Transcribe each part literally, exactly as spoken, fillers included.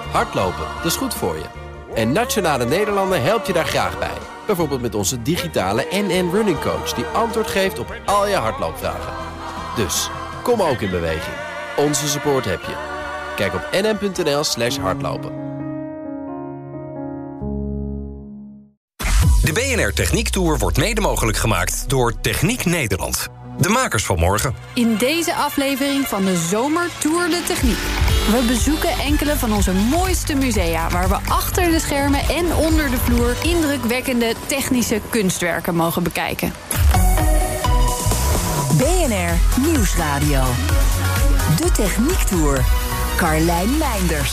Hardlopen, dat is goed voor je. En Nationale Nederlanden helpt je daar graag bij. Bijvoorbeeld met onze digitale N N Running Coach... die antwoord geeft op al je hardloopvragen. Dus, kom ook in beweging. Onze support heb je. Kijk op nn.nl slash hardlopen. De B N R Techniek Tour wordt mede mogelijk gemaakt door Techniek Nederland. De makers van morgen. In deze aflevering van de Zomer Tour de Techniek. We bezoeken enkele van onze mooiste musea... waar we achter de schermen en onder de vloer... indrukwekkende technische kunstwerken mogen bekijken. B N R Nieuwsradio. De Techniek Tour. Carlijn Meinders.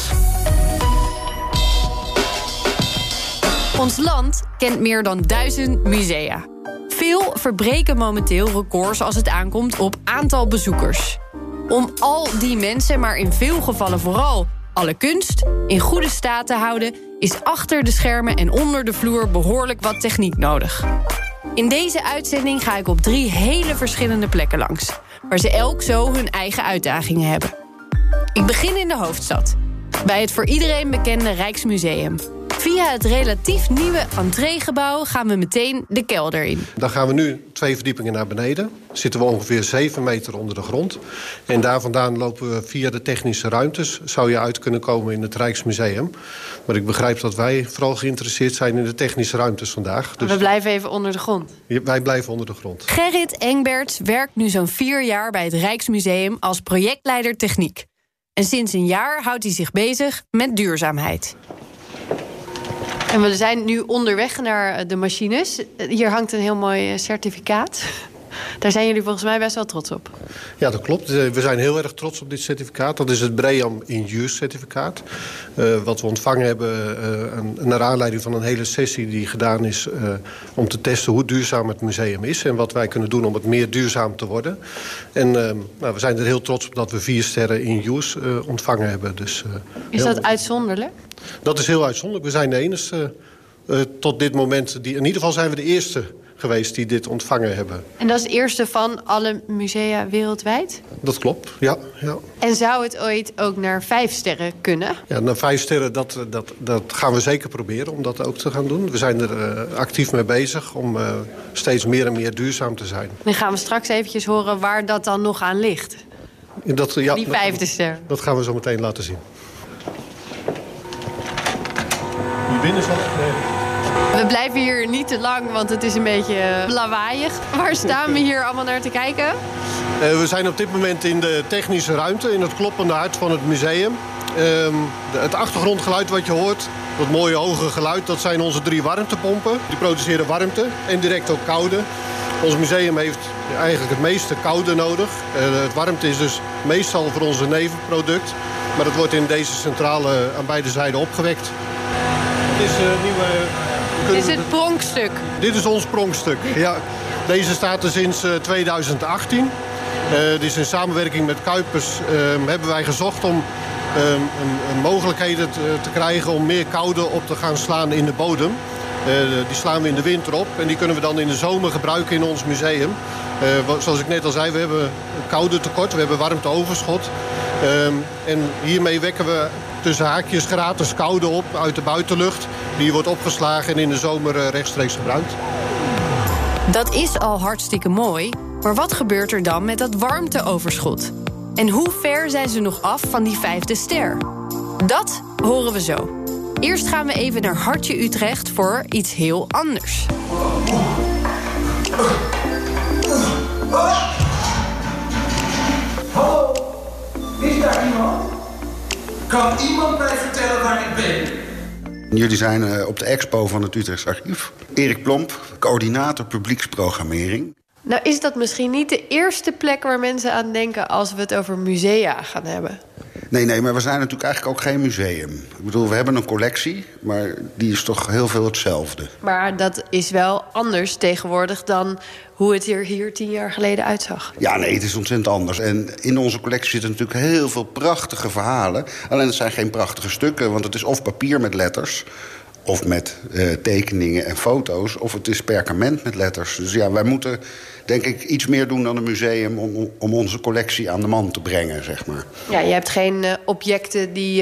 Ons land kent meer dan duizend musea. Veel verbreken momenteel records als het aankomt op aantal bezoekers. Om al die mensen, maar in veel gevallen vooral alle kunst, in goede staat te houden... is achter de schermen en onder de vloer behoorlijk wat techniek nodig. In deze uitzending ga ik op drie hele verschillende plekken langs... waar ze elk zo hun eigen uitdagingen hebben. Ik begin in de hoofdstad, bij het voor iedereen bekende Rijksmuseum. Via het relatief nieuwe entreegebouw gaan we meteen de kelder in. Dan gaan we nu twee verdiepingen naar beneden. Zitten we ongeveer zeven meter onder de grond. En daar vandaan lopen we via de technische ruimtes. Zou je uit kunnen komen in het Rijksmuseum. Maar ik begrijp dat wij vooral geïnteresseerd zijn in de technische ruimtes vandaag. Dus we blijven even onder de grond. Wij blijven onder de grond. Gerrit Engberts werkt nu zo'n vier jaar bij het Rijksmuseum als projectleider techniek. En sinds een jaar houdt hij zich bezig met duurzaamheid. En we zijn nu onderweg naar de machines. Hier hangt een heel mooi certificaat. Daar zijn jullie volgens mij best wel trots op. Ja, dat klopt. We zijn heel erg trots op dit certificaat. Dat is het BREEAM in-use certificaat. Uh, wat we ontvangen hebben uh, naar aanleiding van een hele sessie die gedaan is... Uh, om te testen hoe duurzaam het museum is... en wat wij kunnen doen om het meer duurzaam te worden. En uh, nou, we zijn er heel trots op dat we vier sterren in-use uh, ontvangen hebben. Dus, uh, is dat heel... uitzonderlijk? Dat is heel uitzonderlijk. We zijn de enige uh, uh, tot dit moment... Die, in ieder geval zijn we de eerste... geweest die dit ontvangen hebben. En dat is het eerste van alle musea wereldwijd? Dat klopt, ja. ja. En zou het ooit ook naar vijf sterren kunnen? Ja, naar vijf sterren, dat, dat, dat gaan we zeker proberen om dat ook te gaan doen. We zijn er uh, actief mee bezig om uh, steeds meer en meer duurzaam te zijn. Dan gaan we straks eventjes horen waar dat dan nog aan ligt. Dat, ja, Die vijfde ster. Dat gaan we zo meteen laten zien. Hier binnen zal We blijven hier niet te lang, want het is een beetje lawaaiig. Waar staan we hier allemaal naar te kijken? Uh, we zijn op dit moment in de technische ruimte, in het kloppende hart van het museum. Uh, de, het achtergrondgeluid wat je hoort, dat mooie hoge geluid... dat zijn onze drie warmtepompen. Die produceren warmte en direct ook koude. Ons museum heeft eigenlijk het meeste koude nodig. Uh, het warmte is dus meestal voor onze nevenproduct. Maar dat wordt in deze centrale aan beide zijden opgewekt. Het is een nieuwe... Dit is het pronkstuk. Dit is ons pronkstuk, ja. Deze staat er sinds uh, tweeduizend achttien. Uh, dus in samenwerking met Kuipers uh, hebben wij gezocht om uh, een, een mogelijkheden te, te krijgen... om meer koude op te gaan slaan in de bodem. Uh, die slaan we in de winter op en die kunnen we dan in de zomer gebruiken in ons museum. Uh, zoals ik net al zei, we hebben een koude tekort, we hebben warmteoverschot. Uh, en hiermee wekken we tussen haakjes gratis koude op uit de buitenlucht. Die wordt opgeslagen en in de zomer uh, rechtstreeks gebruikt. Dat is al hartstikke mooi, maar wat gebeurt er dan met dat warmteoverschot? En hoe ver zijn ze nog af van die vijfde ster? Dat horen we zo. Eerst gaan we even naar Hartje Utrecht voor iets heel anders. Hallo, is daar iemand? Kan iemand mij vertellen waar ik ben? Jullie zijn uh, op de expo van het Utrechts Archief. Erik Plomp, coördinator publieksprogrammering. Nou is dat misschien niet de eerste plek waar mensen aan denken... als we het over musea gaan hebben. Nee, nee, maar we zijn natuurlijk eigenlijk ook geen museum. Ik bedoel, we hebben een collectie, maar die is toch heel veel hetzelfde. Maar dat is wel anders tegenwoordig dan hoe het er hier tien jaar geleden uitzag. Ja, nee, het is ontzettend anders. En in onze collectie zitten natuurlijk heel veel prachtige verhalen. Alleen het zijn geen prachtige stukken, want het is of papier met letters... of met uh, tekeningen en foto's, of het is perkament met letters. Dus ja, wij moeten, denk ik, iets meer doen dan een museum... om, om onze collectie aan de man te brengen, zeg maar. Ja, je hebt geen uh, objecten die je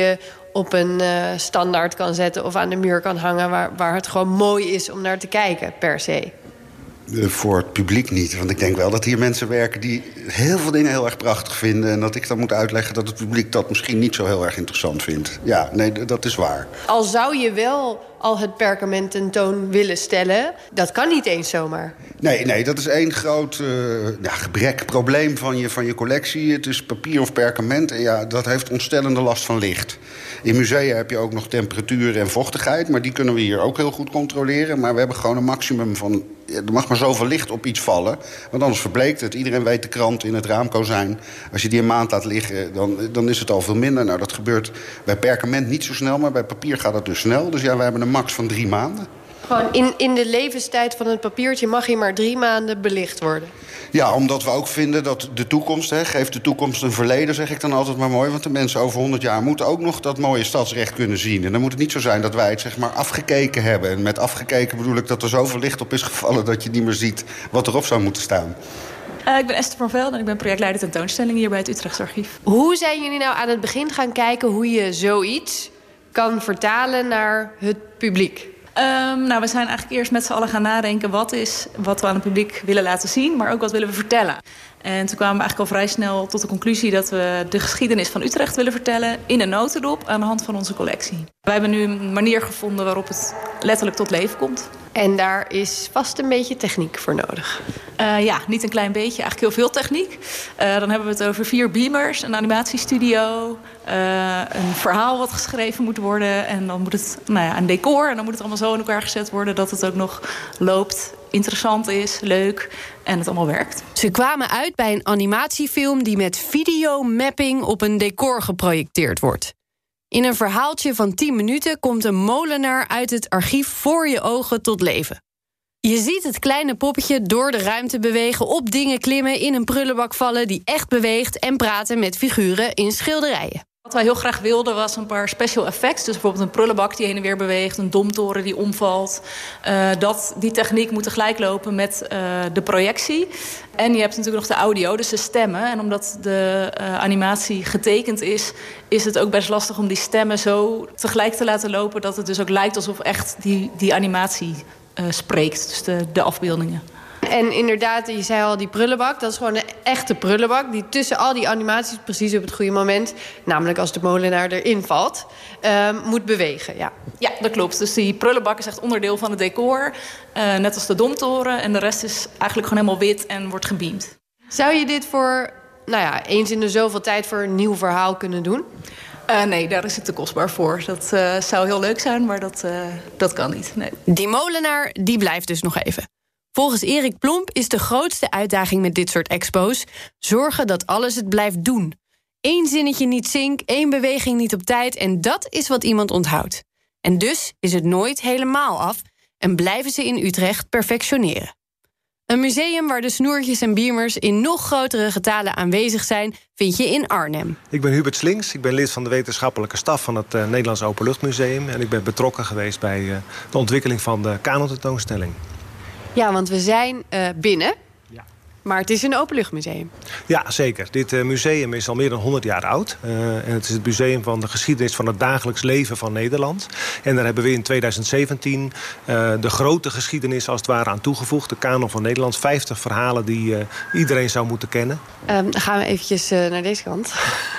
op een uh, standaard kan zetten of aan de muur kan hangen, waar, waar het gewoon mooi is om naar te kijken, per se. Uh, voor het publiek niet. Want ik denk wel dat hier mensen werken die heel veel dingen heel erg prachtig vinden. En dat ik dan moet uitleggen dat het publiek dat misschien niet zo heel erg interessant vindt. Ja, nee, d- dat is waar. Al zou je wel al het perkament tentoon willen stellen, dat kan niet eens zomaar. Nee, nee, dat is één groot uh, ja, gebrek, probleem van je, van je collectie. Het is papier of perkament en ja, dat heeft ontstellende last van licht. In musea heb je ook nog temperatuur en vochtigheid, maar die kunnen we hier ook heel goed controleren. Maar we hebben gewoon een maximum van, er mag maar zoveel licht op iets vallen, want anders verbleekt het. Iedereen weet de krant in het raamkozijn. Als je die een maand laat liggen, dan, dan is het al veel minder. Nou, dat gebeurt bij perkament niet zo snel, maar bij papier gaat dat dus snel. Dus ja, we hebben een max van drie maanden. Gewoon in, in de levenstijd van het papiertje mag hij maar drie maanden belicht worden. Ja, omdat we ook vinden dat de toekomst, hè, geeft de toekomst een verleden, zeg ik dan altijd maar mooi. Want de mensen over honderd jaar moeten ook nog dat mooie stadsrecht kunnen zien. En dan moet het niet zo zijn dat wij het zeg maar afgekeken hebben. En met afgekeken bedoel ik dat er zoveel licht op is gevallen dat je niet meer ziet wat erop zou moeten staan. Uh, ik ben Esther van Velde en ik ben projectleider tentoonstelling hier bij het Utrechts Archief. Hoe zijn jullie nou aan het begin gaan kijken hoe je zoiets kan vertalen naar het publiek? Um, nou, we zijn eigenlijk eerst met z'n allen gaan nadenken wat is wat we aan het publiek willen laten zien, maar ook wat willen we vertellen. En toen kwamen we eigenlijk al vrij snel tot de conclusie dat we de geschiedenis van Utrecht willen vertellen in een notendop aan de hand van onze collectie. Wij hebben nu een manier gevonden waarop het letterlijk tot leven komt. En daar is vast een beetje techniek voor nodig. Uh, ja, niet een klein beetje, eigenlijk heel veel techniek. Uh, dan hebben we het over vier beamers, een animatiestudio, uh, een verhaal wat geschreven moet worden. En dan moet het, nou ja, een decor. En dan moet het allemaal zo in elkaar gezet worden dat het ook nog loopt, interessant is, leuk en het allemaal werkt. Ze kwamen uit bij een animatiefilm die met videomapping op een decor geprojecteerd wordt. In een verhaaltje van tien minuten komt een molenaar uit het archief voor je ogen tot leven. Je ziet het kleine poppetje door de ruimte bewegen, op dingen klimmen, in een prullenbak vallen die echt beweegt en praten met figuren in schilderijen. Wat wij heel graag wilden was een paar special effects. Dus bijvoorbeeld een prullenbak die heen en weer beweegt, een domtoren die omvalt. Uh, dat, die techniek moet tegelijk lopen met uh, de projectie. En je hebt natuurlijk nog de audio, dus de stemmen. En omdat de uh, animatie getekend is, is het ook best lastig om die stemmen zo tegelijk te laten lopen dat het dus ook lijkt alsof echt die, die animatie uh, spreekt. Dus de, de afbeeldingen. En inderdaad, je zei al, die prullenbak, dat is gewoon een echte prullenbak die tussen al die animaties precies op het goede moment, namelijk als de molenaar erin valt, uh, moet bewegen. Ja. ja, dat klopt. Dus die prullenbak is echt onderdeel van het decor, uh, net als de domtoren. En de rest is eigenlijk gewoon helemaal wit en wordt gebeamd. Zou je dit voor, nou ja, eens in de zoveel tijd voor een nieuw verhaal kunnen doen? Uh, nee, daar is het te kostbaar voor. Dat uh, zou heel leuk zijn, maar dat, uh, dat kan niet. Nee. Die molenaar, die blijft dus nog even. Volgens Erik Plomp is de grootste uitdaging met dit soort expo's zorgen dat alles het blijft doen. Eén zinnetje niet zink, één beweging niet op tijd en dat is wat iemand onthoudt. En dus is het nooit helemaal af en blijven ze in Utrecht perfectioneren. Een museum waar de snoertjes en beamers in nog grotere getalen aanwezig zijn, vind je in Arnhem. Ik ben Hubert Slinks, ik ben lid van de wetenschappelijke staf van het uh, Nederlands Openluchtmuseum en ik ben betrokken geweest bij uh, de ontwikkeling van de Kanon-tentoonstelling. Ja, want we zijn uh, binnen, ja. Maar het is een openluchtmuseum. Ja, zeker. Dit uh, museum is al meer dan honderd jaar oud. Uh, en het is het museum van de geschiedenis van het dagelijks leven van Nederland. En daar hebben we in tweeduizend zeventien uh, de grote geschiedenis als het ware aan toegevoegd. De Kanon van Nederland. vijftig verhalen die uh, iedereen zou moeten kennen. Um, dan gaan we eventjes uh, naar deze kant.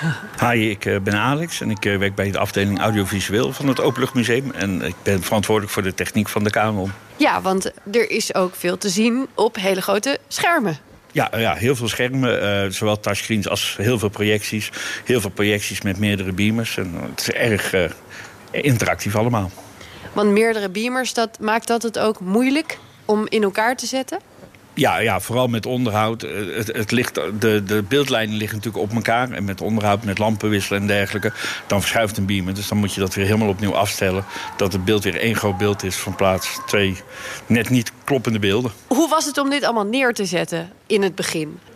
Hi, ik uh, ben Alex en ik uh, werk bij de afdeling audiovisueel van het Openluchtmuseum. En ik ben verantwoordelijk voor de techniek van de Kanon. Ja, want er is ook veel te zien op hele grote schermen. Ja, ja, heel veel schermen, uh, zowel touchscreens als heel veel projecties. Heel veel projecties met meerdere beamers. En het is erg uh, interactief allemaal. Want meerdere beamers, dat maakt dat het ook moeilijk om in elkaar te zetten? Ja, ja, vooral met onderhoud. Het, het ligt, de, de beeldlijnen liggen natuurlijk op elkaar. En met onderhoud, met lampen wisselen en dergelijke, dan verschuift een beamer. Dus dan moet je dat weer helemaal opnieuw afstellen. Dat het beeld weer één groot beeld is van plaats twee net niet kloppende beelden. Hoe was het om dit allemaal neer te zetten in het begin?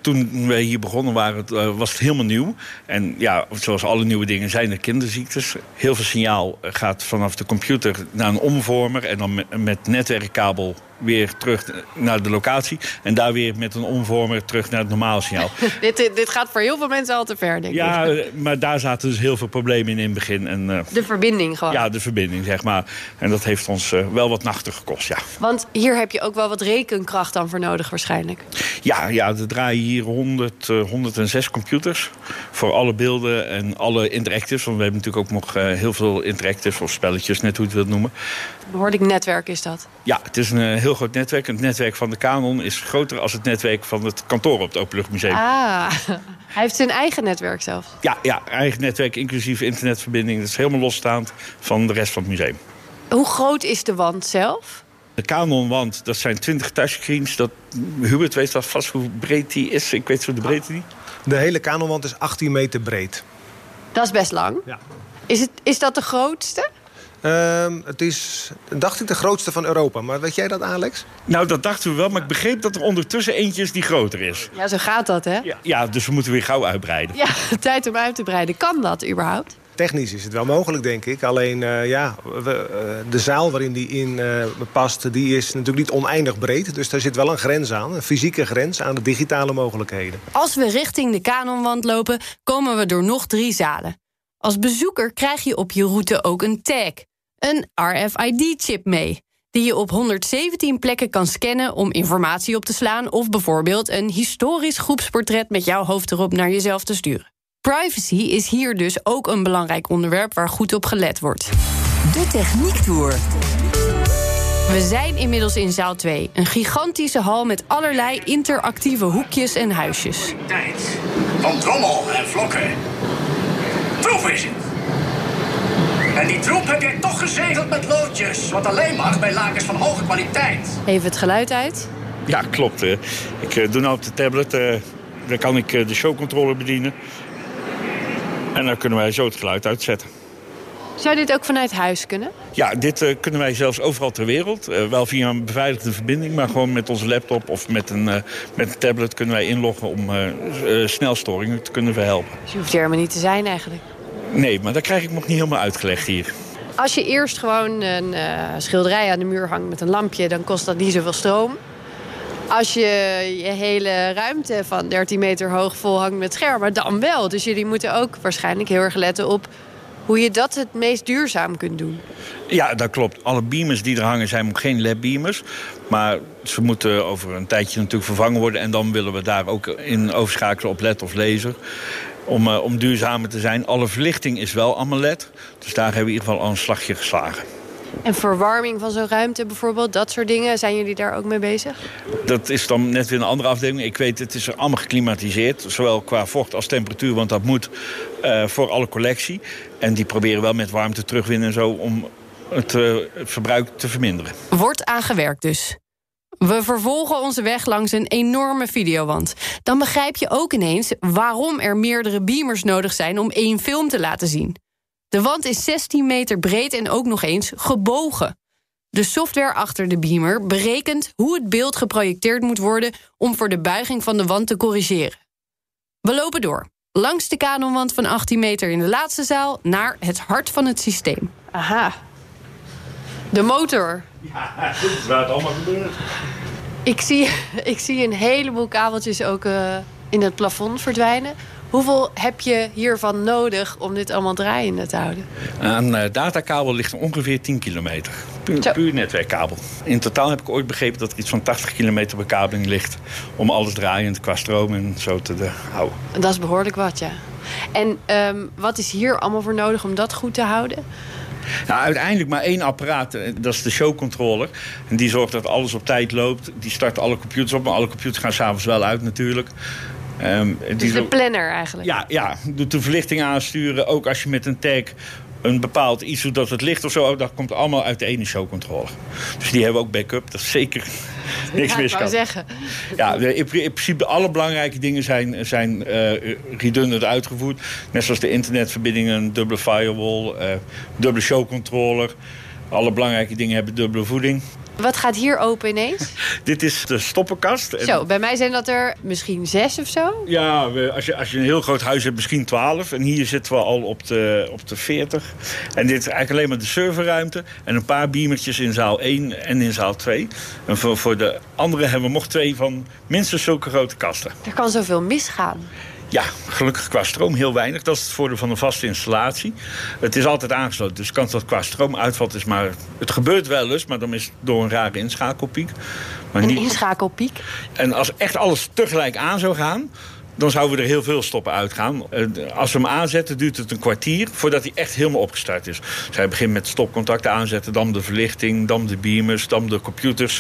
toen we hier begonnen waren, uh, was het helemaal nieuw. En ja, zoals alle nieuwe dingen zijn er kinderziektes. Heel veel signaal gaat vanaf de computer naar een omvormer en dan met, met netwerkkabel weer terug naar de locatie. En daar weer met een omvormer terug naar het normale signaal. dit, dit gaat voor heel veel mensen al te ver, denk ik. Ja, maar daar zaten dus heel veel problemen in in het begin. En, uh, de verbinding gewoon. Ja, de verbinding, zeg maar. En dat heeft ons uh, wel wat nachten gekost, ja. Want hier heb je ook wel wat rekenkracht dan voor nodig waarschijnlijk. Ja, ja, er draaien hier honderd, uh, honderdzes computers. Voor alle beelden en alle interactives. Want we hebben natuurlijk ook nog uh, heel veel interactives of spelletjes, net hoe je het wilt noemen. Hoorde ik netwerk is dat? Ja, het is een uh, heel groot netwerk. Het netwerk van de Canon is groter dan het netwerk van het kantoor op het Openluchtmuseum. Ah, hij heeft zijn eigen netwerk zelf. Ja, ja, eigen netwerk, inclusief internetverbinding. Dat is helemaal losstaand van de rest van het museum. Hoe groot is de wand zelf? De Canon-wand, dat zijn twintig touchscreens. Dat, Hubert weet wel vast hoe breed die is. Ik weet zo de breedte niet. De hele Canon-wand is achttien meter breed. Dat is best lang. Ja. Is, het, is dat de grootste? Um, het is, dacht ik, de grootste van Europa. Maar weet jij dat, Alex? Nou, dat dachten we wel. Maar ik begreep dat er ondertussen eentje is die groter is. Ja, zo gaat dat, hè? Ja, ja, dus we moeten weer gauw uitbreiden. Ja, tijd om uit te breiden. Kan dat überhaupt? Technisch is het wel mogelijk, denk ik. Alleen, uh, ja, we, uh, de zaal waarin die in uh, past, die is natuurlijk niet oneindig breed. Dus daar zit wel een grens aan, een fysieke grens aan de digitale mogelijkheden. Als we richting de Canonwand lopen, komen we door nog drie zalen. Als bezoeker krijg je op je route ook een tag, een R F I D-chip mee, die je op honderdzeventien plekken kan scannen om informatie op te slaan of bijvoorbeeld een historisch groepsportret met jouw hoofd erop naar jezelf te sturen. Privacy is hier dus ook een belangrijk onderwerp waar goed op gelet wordt. De Techniektour. We zijn inmiddels in zaal twee, een gigantische hal met allerlei interactieve hoekjes en huisjes. Tijd van trommel en vlokken. Troep is het. En die troep heb jij toch gezegeld met loodjes, wat alleen mag bij lakens van hoge kwaliteit. Even het geluid uit. Ja, klopt. Hè. Ik uh, doe nou op de tablet, uh, daar kan ik uh, de showcontroller bedienen. En dan kunnen wij zo het geluid uitzetten. Zou dit ook vanuit huis kunnen? Ja, dit uh, kunnen wij zelfs overal ter wereld. Uh, wel via een beveiligde verbinding, maar gewoon met onze laptop of met een, uh, met een tablet kunnen wij inloggen om uh, uh, snelstoringen te kunnen verhelpen. Dus je hoeft er helemaal niet te zijn eigenlijk. Nee, maar dat krijg ik nog niet helemaal uitgelegd hier. Als je eerst gewoon een uh, schilderij aan de muur hangt met een lampje, dan kost dat niet zoveel stroom. Als je je hele ruimte van dertien meter hoog vol hangt met schermen, dan wel. Dus jullie moeten ook waarschijnlijk heel erg letten op hoe je dat het meest duurzaam kunt doen. Ja, dat klopt. Alle beamers die er hangen zijn nog geen L E D-beamers. Maar ze moeten over een tijdje natuurlijk vervangen worden. En dan willen we daar ook in overschakelen op L E D of laser. Om, uh, om duurzamer te zijn. Alle verlichting is wel allemaal L E D. Dus daar hebben we in ieder geval al een slagje geslagen. En verwarming van zo'n ruimte bijvoorbeeld, dat soort dingen, zijn jullie daar ook mee bezig? Dat is dan net weer een andere afdeling. Ik weet, het is allemaal geklimatiseerd. Zowel qua vocht als temperatuur, want dat moet uh, voor alle collectie. En die proberen wel met warmte terugwinnen en zo om het, uh, het verbruik te verminderen. Wordt aangewerkt dus. We vervolgen onze weg langs een enorme videowand. Dan begrijp je ook ineens waarom er meerdere beamers nodig zijn om één film te laten zien. De wand is zestien meter breed en ook nog eens gebogen. De software achter de beamer berekent hoe het beeld geprojecteerd moet worden om voor de buiging van de wand te corrigeren. We lopen door, langs de Canonwand van achttien meter in de laatste zaal naar het hart van het systeem. Aha. De motor. Ja, dat is waar het allemaal gebeurt. Ik zie, ik zie een heleboel kabeltjes ook uh, in het plafond verdwijnen. Hoeveel heb je hiervan nodig om dit allemaal draaiende te houden? Aan uh, datakabel ligt ongeveer tien kilometer. Puur, puur netwerkkabel. In totaal heb ik ooit begrepen dat er iets van tachtig kilometer bekabeling ligt om alles draaiend qua stroom en zo te de, houden. Dat is behoorlijk wat, ja. En um, wat is hier allemaal voor nodig om dat goed te houden? Nou, uiteindelijk maar één apparaat, dat is de showcontroller. En die zorgt dat alles op tijd loopt. Die start alle computers op, maar alle computers gaan 's avonds wel uit natuurlijk. Um, dus die de planner eigenlijk? Ja, ja, doet de verlichting aansturen. Ook als je met een tag een bepaald iets doet dat het licht of zo, dat komt allemaal uit de ene showcontroller. Dus die hebben ook backup, dat is zeker niks ja, mis kan. Ik wou zeggen. Ja, in, in principe alle belangrijke dingen zijn, zijn uh, redundant uitgevoerd. Net zoals de internetverbindingen, een dubbele firewall, uh, dubbele showcontroller. Alle belangrijke dingen hebben dubbele voeding. Wat gaat hier open ineens? Dit is de stoppenkast. Zo, bij mij zijn dat er misschien zes of zo? Ja, we, als, je, als je een heel groot huis hebt, misschien twaalf. En hier zitten we al op de, op de veertig. En dit is eigenlijk alleen maar de serverruimte. En een paar beamertjes in zaal één en in zaal twee. En voor, voor de andere hebben we nog twee van minstens zulke grote kasten. Er kan zoveel misgaan. Ja, gelukkig qua stroom heel weinig. Dat is het voordeel van een vaste installatie. Het is altijd aangesloten, dus kans dat qua stroom uitvalt is maar... Het gebeurt wel eens, maar dan is het door een rare inschakelpiek. Maar een niet... inschakelpiek? En als echt alles tegelijk aan zou gaan, dan zouden we er heel veel stoppen uitgaan. Als we hem aanzetten, duurt het een kwartier voordat hij echt helemaal opgestart is. Dus hij begint met stopcontacten aanzetten, dan de verlichting, dan de beamers, dan de computers.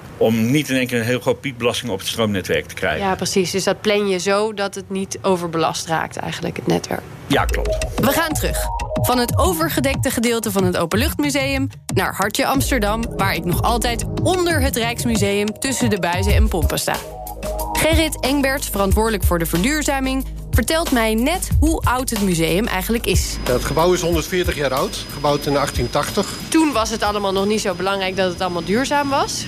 Om niet in één keer een heel groot piekbelasting op het stroomnetwerk te krijgen. Ja, precies. Dus dat plan je zo dat het niet overbelast raakt eigenlijk, het netwerk. Ja, klopt. We gaan terug. Van het overgedekte gedeelte van het Openluchtmuseum naar Hartje Amsterdam, waar ik nog altijd onder het Rijksmuseum tussen de buizen en pompen sta. Gerrit Engbert, verantwoordelijk voor de verduurzaming, vertelt mij net hoe oud het museum eigenlijk is. Ja, het gebouw is honderdveertig jaar oud, gebouwd in achttien tachtig. Toen was het allemaal nog niet zo belangrijk dat het allemaal duurzaam was.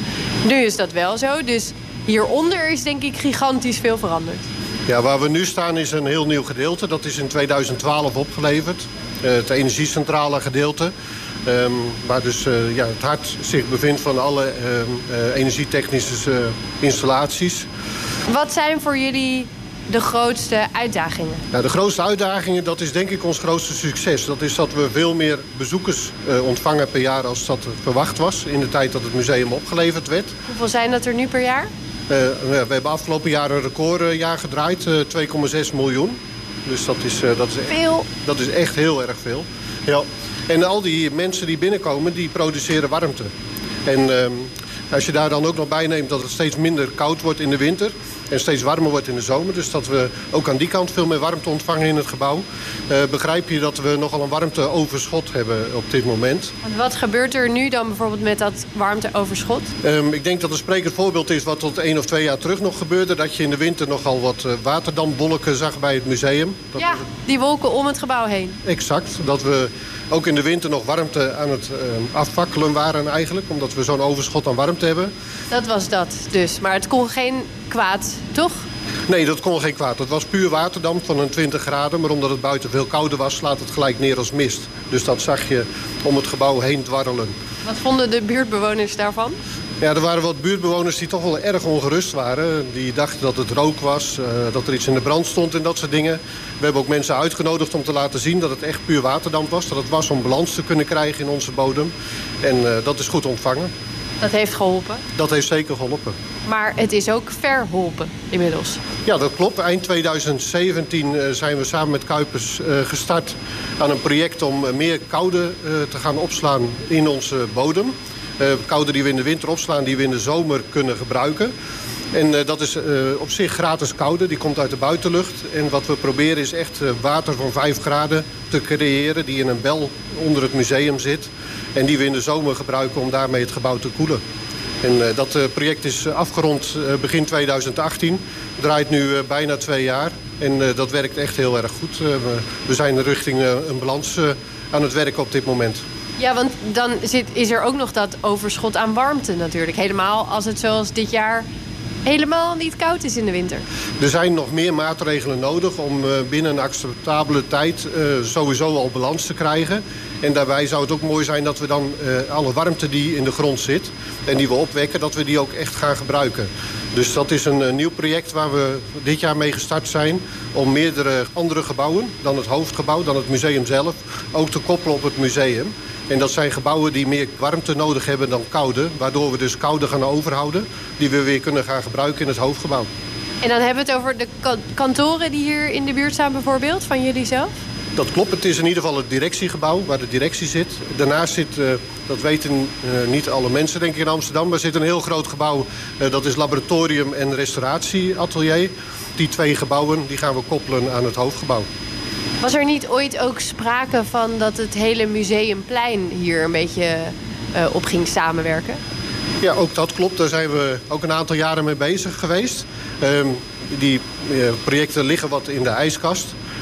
Nu is dat wel zo, dus hieronder is denk ik gigantisch veel veranderd. Ja, waar we nu staan is een heel nieuw gedeelte. Dat is in tweeduizend twaalf opgeleverd. Uh, het energiecentrale gedeelte. Um, waar dus uh, ja, het hart zich bevindt van alle uh, uh, energietechnische uh, installaties. Wat zijn voor jullie de grootste uitdagingen? Nou, de grootste uitdagingen, dat is denk ik ons grootste succes. Dat is dat we veel meer bezoekers uh, ontvangen per jaar als dat verwacht was. In de tijd dat het museum opgeleverd werd. Hoeveel zijn dat er nu per jaar? Uh, we hebben afgelopen jaar een recordjaar gedraaid, uh, twee komma zes miljoen. Dus dat is, uh, dat is echt, veel. Dat is echt heel erg veel. Ja. En al die mensen die binnenkomen, die produceren warmte. En uh, als je daar dan ook nog bij neemt dat het steeds minder koud wordt in de winter en steeds warmer wordt in de zomer, dus dat we ook aan die kant veel meer warmte ontvangen in het gebouw, uh, begrijp je dat we nogal een warmteoverschot hebben op dit moment. Want wat gebeurt er nu dan bijvoorbeeld met dat warmteoverschot? Um, ik denk dat een sprekend voorbeeld is wat tot één of twee jaar terug nog gebeurde. Dat je in de winter nogal wat uh, waterdampwolken zag bij het museum. Dat ja, we... die wolken om het gebouw heen. Exact, dat we ook in de winter nog warmte aan het uh, afvakkelen waren eigenlijk, omdat we zo'n overschot aan warmte hebben. Dat was dat dus, maar het kon geen kwaad, toch? Nee, dat kon geen kwaad. Het was puur waterdamp van een twintig graden, maar omdat het buiten veel kouder was, slaat het gelijk neer als mist. Dus dat zag je om het gebouw heen dwarrelen. Wat vonden de buurtbewoners daarvan? Ja, er waren wat buurtbewoners die toch wel erg ongerust waren. Die dachten dat het rook was, uh, dat er iets in de brand stond en dat soort dingen. We hebben ook mensen uitgenodigd om te laten zien dat het echt puur waterdamp was. Dat het was om balans te kunnen krijgen in onze bodem. En uh, dat is goed ontvangen. Dat heeft geholpen? Dat heeft zeker geholpen. Maar het is ook verholpen inmiddels. Ja, dat klopt. Eind tweeduizend zeventien uh, zijn we samen met Kuipers uh, gestart aan een project om uh, meer koude uh, te gaan opslaan in onze bodem. Uh, koude die we in de winter opslaan, die we in de zomer kunnen gebruiken. En uh, dat is uh, op zich gratis koude, die komt uit de buitenlucht. En wat we proberen is echt uh, water van vijf graden te creëren, die in een bel onder het museum zit. En die we in de zomer gebruiken om daarmee het gebouw te koelen. En uh, dat uh, project is uh, afgerond uh, begin tweeduizend achttien. Draait nu uh, bijna twee jaar. En uh, dat werkt echt heel erg goed. Uh, we, we zijn richting uh, een balans uh, aan het werken op dit moment. Ja, want dan zit, is er ook nog dat overschot aan warmte natuurlijk. Helemaal als het zoals dit jaar helemaal niet koud is in de winter. Er zijn nog meer maatregelen nodig om uh, binnen een acceptabele tijd uh, sowieso al balans te krijgen. En daarbij zou het ook mooi zijn dat we dan uh, alle warmte die in de grond zit en die we opwekken, dat we die ook echt gaan gebruiken. Dus dat is een uh, nieuw project waar we dit jaar mee gestart zijn om meerdere andere gebouwen dan het hoofdgebouw, dan het museum zelf, ook te koppelen op het museum. En dat zijn gebouwen die meer warmte nodig hebben dan koude, waardoor we dus koude gaan overhouden, die we weer kunnen gaan gebruiken in het hoofdgebouw. En dan hebben we het over de kantoren die hier in de buurt staan bijvoorbeeld, van jullie zelf? Dat klopt, het is in ieder geval het directiegebouw waar de directie zit. Daarnaast zit, uh, dat weten uh, niet alle mensen denk ik in Amsterdam, maar zit een heel groot gebouw. Uh, dat is laboratorium en restauratieatelier. Die twee gebouwen die gaan we koppelen aan het hoofdgebouw. Was er niet ooit ook sprake van dat het hele museumplein hier een beetje uh, op ging samenwerken? Ja, ook dat klopt. Daar zijn we ook een aantal jaren mee bezig geweest. Um, die uh, projecten liggen wat in de ijskast.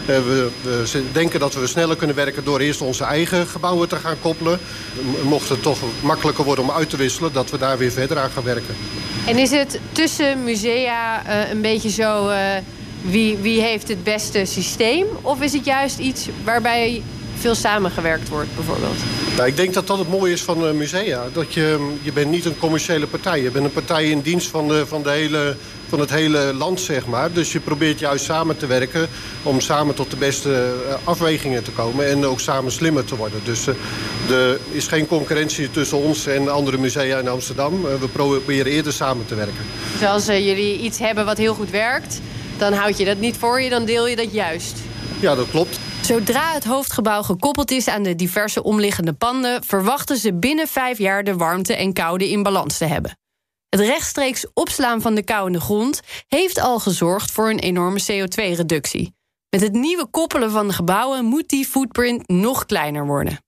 we, we denken dat we sneller kunnen werken door eerst onze eigen gebouwen te gaan koppelen. Mocht het toch makkelijker worden om uit te wisselen, dat we daar weer verder aan gaan werken. En is het tussen musea uh, een beetje zo... Uh, wie, wie heeft het beste systeem? Of is het juist iets waarbij veel samengewerkt wordt, bijvoorbeeld? Nou, ik denk dat dat het mooie is van uh, musea. Dat je, je bent niet een commerciële partij. Je bent een partij in dienst van, de, van, de hele, van het hele land, zeg maar. Dus je probeert juist samen te werken om samen tot de beste uh, afwegingen te komen. En ook samen slimmer te worden. Dus uh, er is geen concurrentie tussen ons en andere musea in Amsterdam. Uh, we proberen eerder samen te werken. Dus als uh, jullie iets hebben wat heel goed werkt, dan houd je dat niet voor je, dan deel je dat juist. Ja, dat klopt. Zodra het hoofdgebouw gekoppeld is aan de diverse omliggende panden, verwachten ze binnen vijf jaar de warmte en koude in balans te hebben. Het rechtstreeks opslaan van de kou in de grond heeft al gezorgd voor een enorme C O twee reductie. Met het nieuwe koppelen van de gebouwen moet die footprint nog kleiner worden.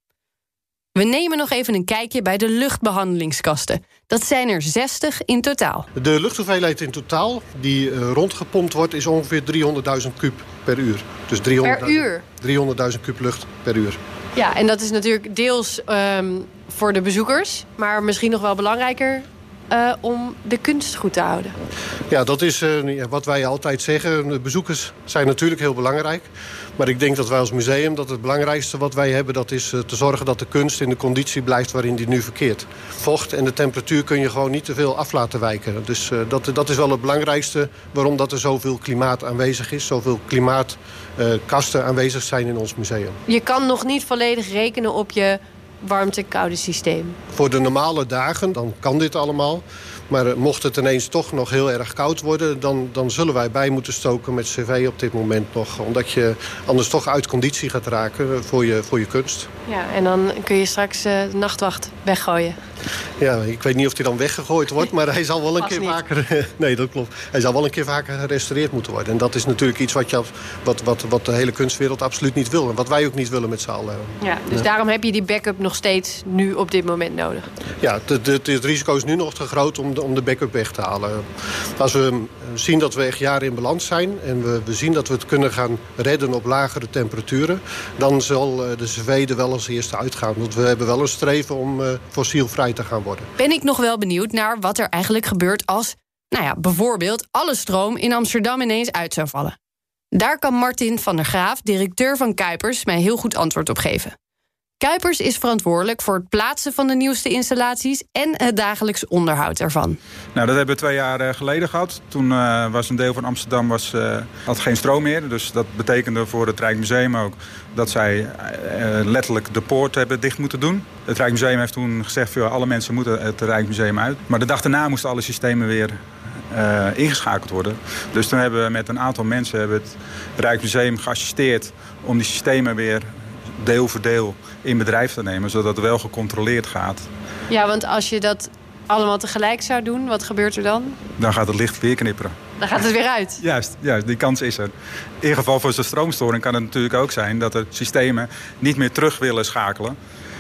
We nemen nog even een kijkje bij de luchtbehandelingskasten. Dat zijn er zestig in totaal. De luchthoeveelheid in totaal die uh, rondgepompt wordt is ongeveer driehonderdduizend kub per uur. Dus per uur? driehonderdduizend kub lucht per uur. Ja, en dat is natuurlijk deels um, voor de bezoekers, maar misschien nog wel belangrijker Uh, om de kunst goed te houden. Ja, dat is uh, wat wij altijd zeggen. De bezoekers zijn natuurlijk heel belangrijk. Maar ik denk dat wij als museum, dat het belangrijkste wat wij hebben, dat is uh, te zorgen dat de kunst in de conditie blijft waarin die nu verkeert. Vocht en de temperatuur kun je gewoon niet te veel af laten wijken. Dus uh, dat, dat is wel het belangrijkste waarom dat er zoveel klimaat aanwezig is. Zoveel klimaatkasten uh, aanwezig zijn in ons museum. Je kan nog niet volledig rekenen op je warmte-koude systeem. Voor de normale dagen, dan kan dit allemaal. Maar uh, mocht het ineens toch nog heel erg koud worden, Dan, dan zullen wij bij moeten stoken met cv op dit moment nog. Omdat je anders toch uit conditie gaat raken voor je, voor je kunst. Ja, en dan kun je straks uh, de nachtwacht weggooien. Ja, ik weet niet of hij dan weggegooid wordt, maar hij zal wel een keer vaker... Nee, dat klopt. Hij zal wel een keer vaker gerestaureerd moeten worden. En dat is natuurlijk iets wat, je, wat, wat, wat de hele kunstwereld absoluut niet wil. En wat wij ook niet willen met z'n allen. Ja, dus ja. Daarom heb je die backup nog steeds nu op dit moment nodig. Ja, het, het, het risico is nu nog te groot om de, om de backup weg te halen. Als we zien dat we echt jaren in balans zijn en we, we zien dat we het kunnen gaan redden op lagere temperaturen, dan zal de cv er wel als eerste uitgaan. Want we hebben wel een streven om uh, fossielvrij te gaan worden. Ben ik nog wel benieuwd naar wat er eigenlijk gebeurt als, nou ja, bijvoorbeeld alle stroom in Amsterdam ineens uit zou vallen. Daar kan Martin van der Graaf, directeur van Kuipers, mij heel goed antwoord op geven. Kuipers is verantwoordelijk voor het plaatsen van de nieuwste installaties en het dagelijks onderhoud ervan. Nou, dat hebben we twee jaar geleden gehad. Toen uh, was een deel van Amsterdam was, uh, had geen stroom meer. Dus dat betekende voor het Rijksmuseum ook dat zij uh, letterlijk de poort hebben dicht moeten doen. Het Rijksmuseum heeft toen gezegd dat alle mensen moeten het Rijksmuseum uit. Maar de dag daarna moesten alle systemen weer uh, ingeschakeld worden. Dus toen hebben we met een aantal mensen hebben het Rijksmuseum geassisteerd om die systemen weer deel voor deel in bedrijf te nemen, zodat het wel gecontroleerd gaat. Ja, want als je dat allemaal tegelijk zou doen, wat gebeurt er dan? Dan gaat het licht weer knipperen. Dan gaat het weer uit. Juist, juist, die kans is er. In ieder geval voor zo'n stroomstoring kan het natuurlijk ook zijn dat de systemen niet meer terug willen schakelen.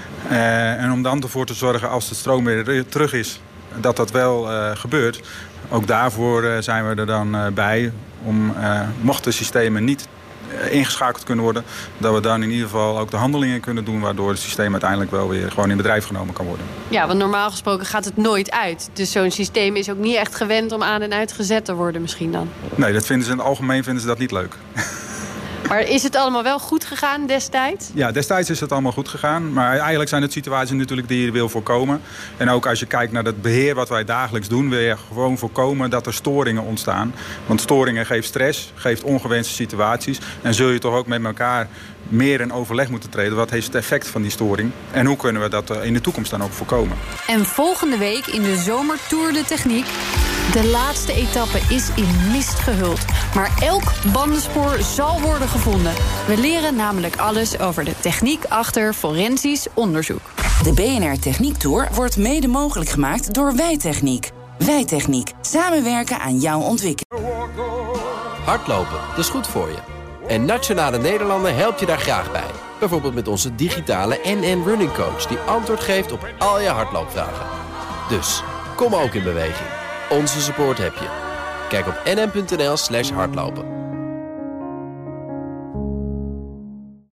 Uh, en om dan ervoor te zorgen als de stroom weer terug is, dat dat wel uh, gebeurt. Ook daarvoor uh, zijn we er dan uh, bij om, uh, mochten de systemen niet ingeschakeld kunnen worden, dat we dan in ieder geval ook de handelingen kunnen doen waardoor het systeem uiteindelijk wel weer gewoon in bedrijf genomen kan worden. Ja, want normaal gesproken gaat het nooit uit. Dus zo'n systeem is ook niet echt gewend om aan en uitgezet te worden misschien dan. Nee, dat vinden ze in het algemeen vinden ze dat niet leuk. Maar is het allemaal wel goed gegaan destijds? Ja, destijds is het allemaal goed gegaan. Maar eigenlijk zijn het situaties natuurlijk die je wil voorkomen. En ook als je kijkt naar het beheer wat wij dagelijks doen, wil je gewoon voorkomen dat er storingen ontstaan. Want storingen geeft stress, geeft ongewenste situaties. En zul je toch ook met elkaar meer in overleg moeten treden. Wat heeft het effect van die storing? En hoe kunnen we dat in de toekomst dan ook voorkomen? En volgende week in de Zomertour de Techniek. De laatste etappe is in mist gehuld. Maar elk bandenspoor zal worden gevonden. We leren namelijk alles over de techniek achter forensisch onderzoek. De B N R Techniek Tour wordt mede mogelijk gemaakt door Wijtechniek. Wijtechniek. Samenwerken aan jouw ontwikkeling. Hardlopen, dat is goed voor je. En Nationale Nederlanden helpt je daar graag bij. Bijvoorbeeld met onze digitale N N Running Coach, die antwoord geeft op al je hardloopvragen. Dus, kom ook in beweging. Onze support heb je. Kijk op nn punt n l slash hardlopen.